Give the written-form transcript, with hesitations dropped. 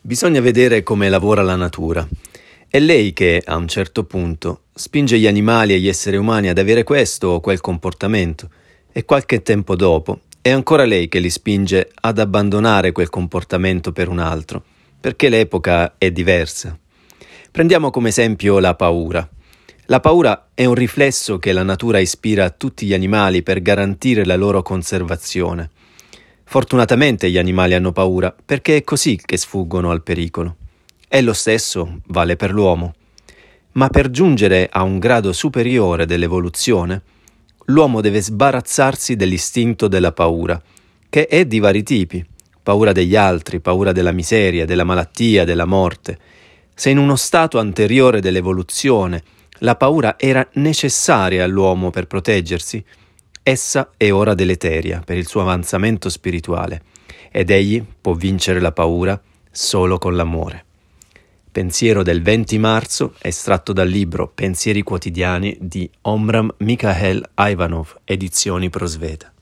Bisogna vedere come lavora la natura. È lei che, a un certo punto, spinge gli animali e gli esseri umani ad avere questo o quel comportamento, e qualche tempo dopo è ancora lei che li spinge ad abbandonare quel comportamento per un altro, perché l'epoca è diversa. Prendiamo come esempio la paura. La paura è un riflesso che la natura ispira a tutti gli animali per garantire la loro conservazione. Fortunatamente gli animali hanno paura perché è così che sfuggono al pericolo. E lo stesso vale per l'uomo. Ma per giungere a un grado superiore dell'evoluzione, l'uomo deve sbarazzarsi dell'istinto della paura, che è di vari tipi. Paura degli altri, paura della miseria, della malattia, della morte. Se in uno stato anteriore dell'evoluzione la paura era necessaria all'uomo per proteggersi, essa è ora deleteria per il suo avanzamento spirituale ed egli può vincere la paura solo con l'amore. Pensiero del 20 marzo, estratto dal libro Pensieri quotidiani di Omram Mikhail Ivanov, edizioni Prosveta.